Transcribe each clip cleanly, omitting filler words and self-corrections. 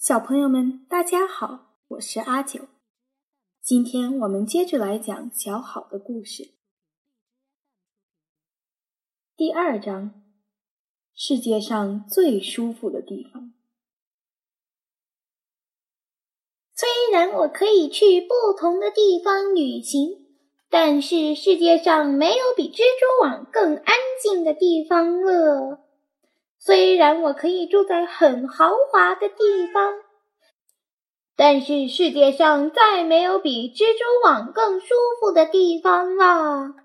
小朋友们，大家好，我是阿九。今天我们接着来讲小好的故事。第2章，世界上最舒服的地方。 虽然我可以去不同的地方旅行，但是世界上没有比蜘蛛网更安静的地方了。虽然我可以住在很豪华的地方，但是世界上再没有比蜘蛛网更舒服的地方了。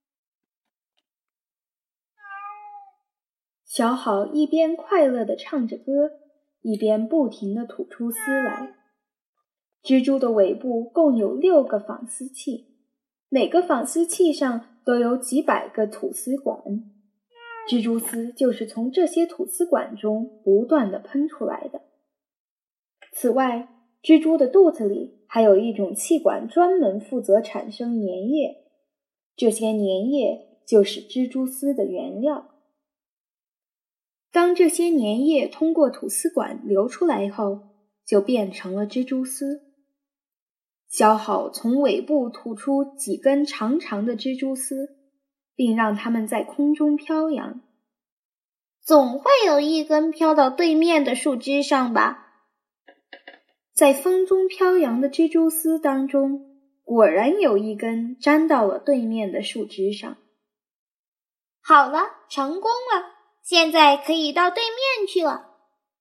小好一边快乐地唱着歌，一边不停地吐出丝来。蜘蛛的尾部共有6个纺丝器，每个纺丝器上都有几百个吐丝管。蜘蛛丝就是从这些吐丝管中不断地喷出来的。此外，蜘蛛的肚子里还有一种气管，专门负责产生粘液，这些粘液就是蜘蛛丝的原料。当这些粘液通过吐丝管流出来后，就变成了蜘蛛丝。小好从尾部吐出几根长长的蜘蛛丝，并让它们在空中飘扬。 总会有一根飘到对面的树枝上吧？ 在风中飘扬的蜘蛛丝当中，果然有一根粘到了对面的树枝上。 好了，成功了，现在可以到对面去了。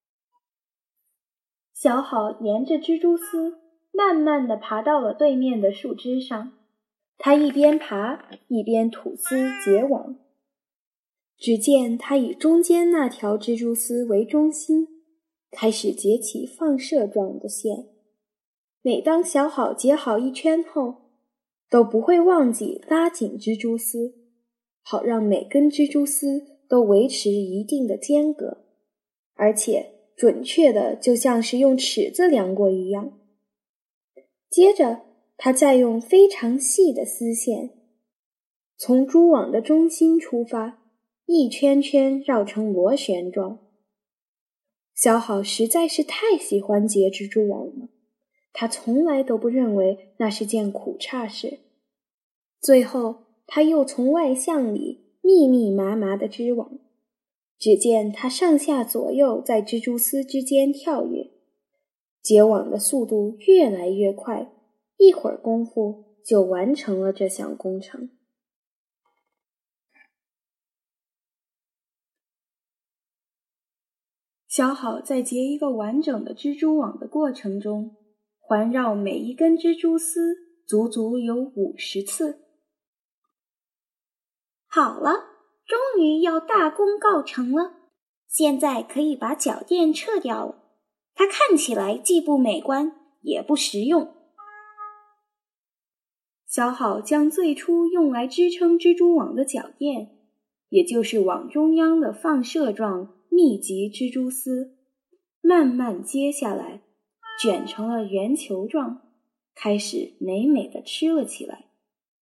小好沿着蜘蛛丝慢慢地爬到了对面的树枝上，他一边爬一边吐丝结网。只见他以中间那条蜘蛛丝为中心，开始结起放射状的线。每当小好结好一圈后，都不会忘记拉紧蜘蛛丝，好让每根蜘蛛丝都维持一定的间隔，而且准确的就像是用尺子量过一样。接着，他再用非常细的丝线，从蛛网的中心出发，一圈圈绕成螺旋状。小好实在是太喜欢结蜘蛛网了，他从来都不认为那是件苦差事。最后，他又从外向里密密麻麻地织网，只见他上下左右在蜘蛛丝之间跳跃，结网的速度越来越快，一会儿功夫就完成了这项工程。小好在结一个完整的蜘蛛网的过程中，环绕每一根蜘蛛丝足足有50次。 好了，终于要大功告成了，现在可以把脚垫撤掉了，它看起来既不美观也不实用。 小好将最初用来支撑蜘蛛网的脚垫，也就是网中央的放射状密集蜘蛛丝，慢慢揭下来，卷成了圆球状，开始美美地吃了起来。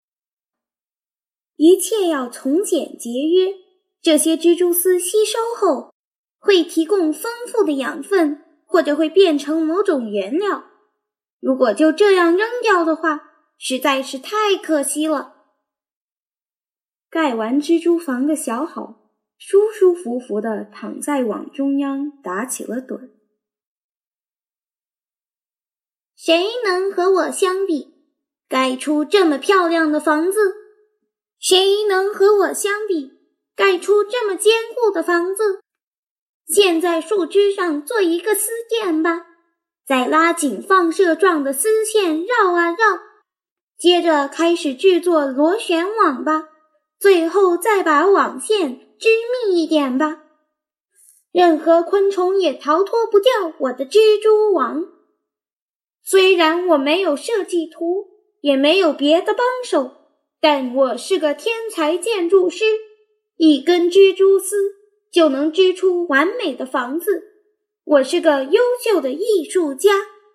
一切要从简节约，这些蜘蛛丝吸收后，会提供丰富的养分，或者会变成某种原料。如果就这样扔掉的话，实在是太可惜了。 盖完蜘蛛房的小好，舒舒服服地躺在网中央打起了盹。 谁能和我相比，盖出这么漂亮的房子？谁能和我相比，盖出这么坚固的房子？先在树枝上做一个丝垫吧，再拉紧放射状的丝线绕啊绕，接着开始制作螺旋网吧，最后再把网线织密一点吧。任何昆虫也逃脱不掉我的蜘蛛网。虽然我没有设计图，也没有别的帮手，但我是个天才建筑师，一根蜘蛛丝就能织出完美的房子。我是个优秀的艺术家。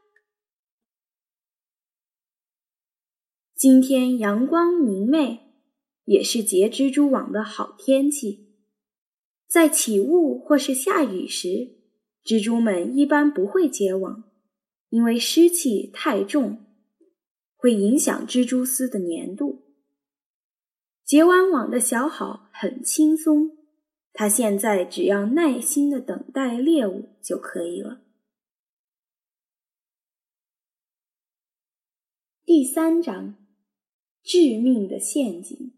今天阳光明媚，也是结蜘蛛网的好天气。在起雾或是下雨时， 蜘蛛们一般不会结网，因为湿气太重，会影响蜘蛛丝的粘度。结完网的小好很轻松，他现在只要耐心地等待猎物就可以了。第3章，致命的陷阱。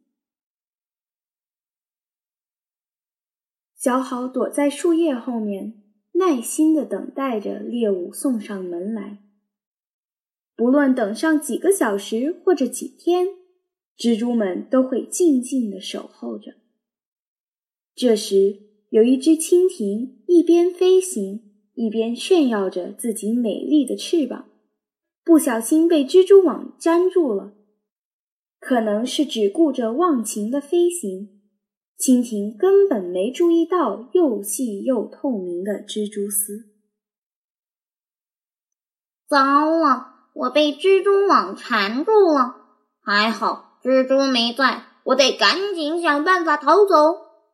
小好躲在树叶后面，耐心地等待着猎物送上门来。不论等上几个小时或者几天，蜘蛛们都会静静地守候着。这时，有一只蜻蜓一边飞行，一边炫耀着自己美丽的翅膀，不小心被蜘蛛网粘住了。可能是只顾着忘情的飞行，蜻蜓根本没注意到又细又透明的蜘蛛丝。 糟了，我被蜘蛛网缠住了，还好蜘蛛没在，我得赶紧想办法逃走。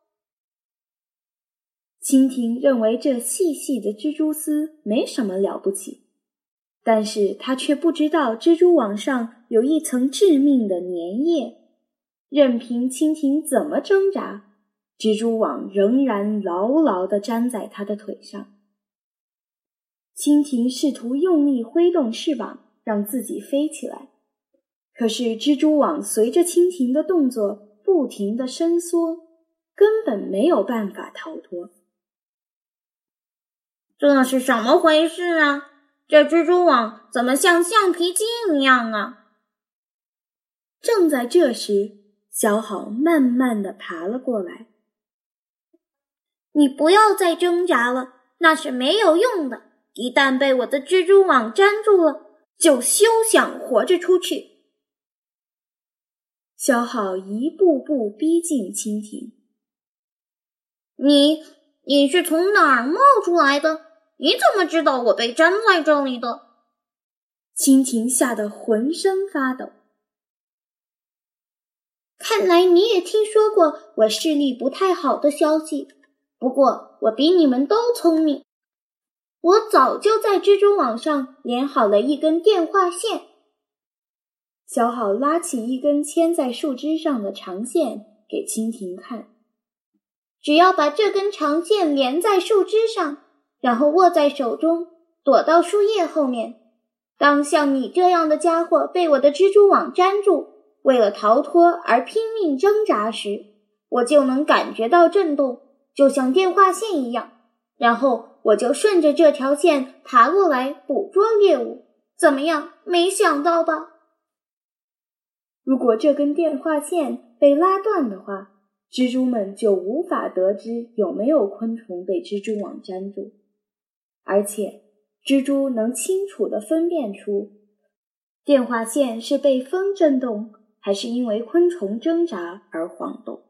蜻蜓认为这细细的蜘蛛丝没什么了不起，但是它却不知道蜘蛛网上有一层致命的粘液，任凭蜻蜓怎么挣扎，蜘蛛网仍然牢牢地粘在它的腿上。蜻蜓试图用力挥动翅膀，让自己飞起来，可是蜘蛛网随着蜻蜓的动作不停地伸缩，根本没有办法逃脱。 这是什么回事啊？这蜘蛛网怎么像橡皮筋一样啊？ 正在这时，小好慢慢地爬了过来。 你不要再挣扎了，那是没有用的。一旦被我的蜘蛛网粘住了，就休想活着出去。 小好一步步逼近蜻蜓。 你是从哪儿冒出来的？你怎么知道我被粘在这里的？ 蜻蜓吓得浑身发抖。 看来你也听说过我视力不太好的消息，不过我比你们都聪明。我早就在蜘蛛网上连好了一根电话线。 小好拉起一根牵在树枝上的长线给蜻蜓看。 只要把这根长线连在树枝上，然后握在手中，躲到树叶后面。当像你这样的家伙被我的蜘蛛网粘住，为了逃脱而拼命挣扎时，我就能感觉到震动，就像电话线一样，然后我就顺着这条线爬过来捕捉猎物。怎么样，没想到吧？ 如果这根电话线被拉断的话，蜘蛛们就无法得知有没有昆虫被蜘蛛网粘住，而且蜘蛛能清楚地分辨出电话线是被风震动，还是因为昆虫挣扎而晃动。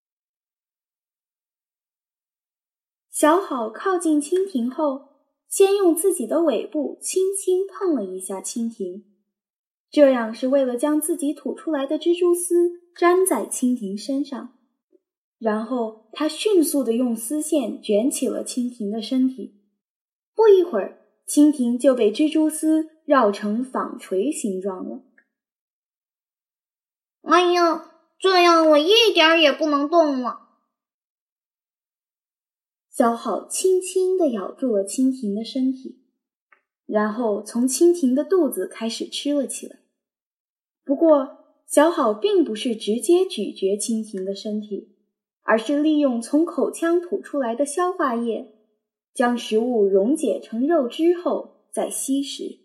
小好靠近蜻蜓后，先用自己的尾部轻轻碰了一下蜻蜓，这样是为了将自己吐出来的蜘蛛丝粘在蜻蜓身上。然后他迅速地用丝线卷起了蜻蜓的身体，不一会儿，蜻蜓就被蜘蛛丝绕成纺锤形状了。 哎呀，这样我一点也不能动了。 小好轻轻地咬住了蜻蜓的身体，然后从蜻蜓的肚子开始吃了起来。不过，小好并不是直接咀嚼蜻蜓的身体，而是利用从口腔吐出来的消化液，将食物溶解成肉汁后再吸食。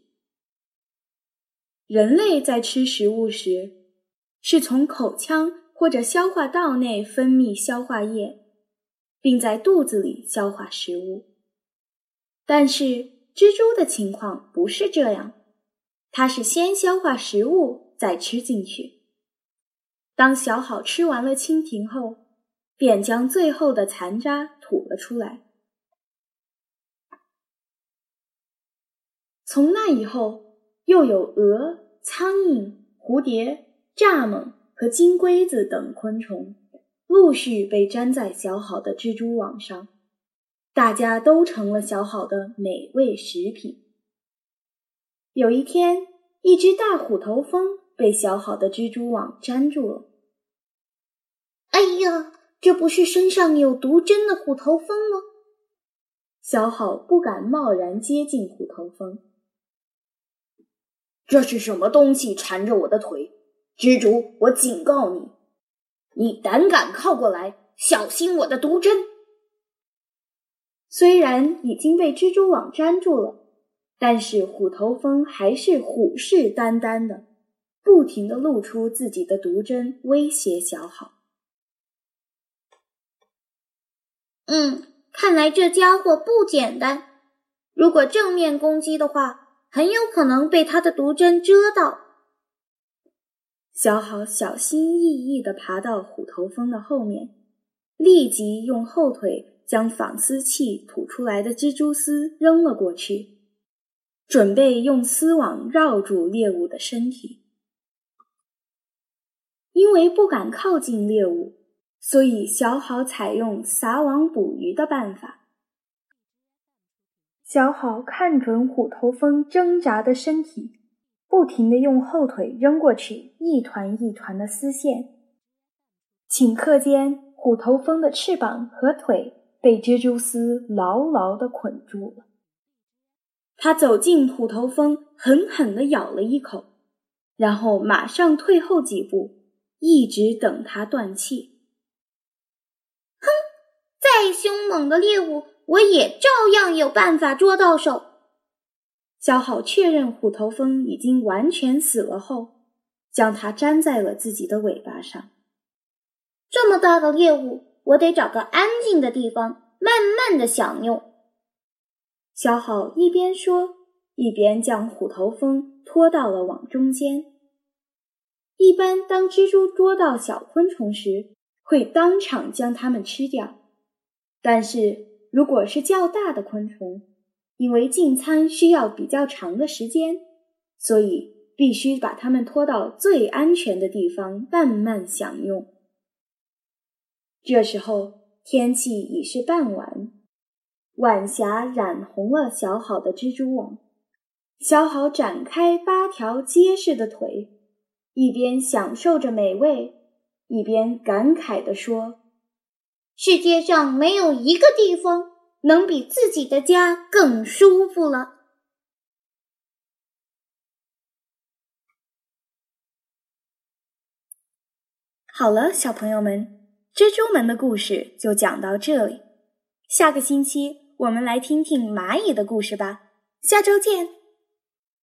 人类在吃食物时，是从口腔或者消化道内分泌消化液，并在肚子里消化食物。但是蜘蛛的情况不是这样，它是先消化食物再吃进去。当小好吃完了蜻蜓后，便将最后的残渣吐了出来。从那以后，又有蛾、苍蝇、蝴蝶、蚱蜢和金龟子等昆虫陆续被粘在小好的蜘蛛网上。 大家都成了小好的美味食品。有一天，一只大虎头蜂被小好的蜘蛛网粘住了。 哎呀，这不是身上有毒针的虎头蜂吗？ 小好不敢贸然接近虎头蜂。 这是什么东西缠着我的腿？蜘蛛，我警告你，你胆敢靠过来，小心我的毒针！ 虽然已经被蜘蛛网粘住了，但是虎头蜂还是虎视眈眈的，不停地露出自己的毒针威胁小好。 看来这家伙不简单。如果正面攻击的话，很有可能被他的毒针蛰到。 小好小心翼翼地爬到虎头蜂的后面，立即用后腿将纺丝器吐出来的蜘蛛丝扔了过去，准备用丝网绕住猎物的身体。因为不敢靠近猎物，所以小好采用撒网捕鱼的办法。小好看准虎头蜂挣扎的身体，不停地用后腿扔过去一团一团的丝线。顷刻间，虎头蜂的翅膀和腿被蜘蛛丝牢牢地捆住了。它走近虎头蜂，狠狠地咬了一口，然后马上退后几步，一直等它断气。 哼，再凶猛的猎物，我也照样有办法捉到手。 小好确认虎头蜂已经完全死了后，将它粘在了自己的尾巴上。 这么大的猎物，我得找个安静的地方，慢慢的享用。 小好一边说，一边将虎头蜂拖到了网中间。一般当蜘蛛捉到小昆虫时，会当场将它们吃掉。但是如果是较大的昆虫，因为进餐需要比较长的时间，所以必须把它们拖到最安全的地方慢慢享用。这时候天气已是傍晚，晚霞染红了小好的蜘蛛网。小好展开8条结实的腿，一边享受着美味，一边感慨地说： 世界上没有一个地方能比自己的家更舒服了。 好了，小朋友们，蜘蛛们的故事就讲到这里。下个星期我们来听听蚂蚁的故事吧。下周见。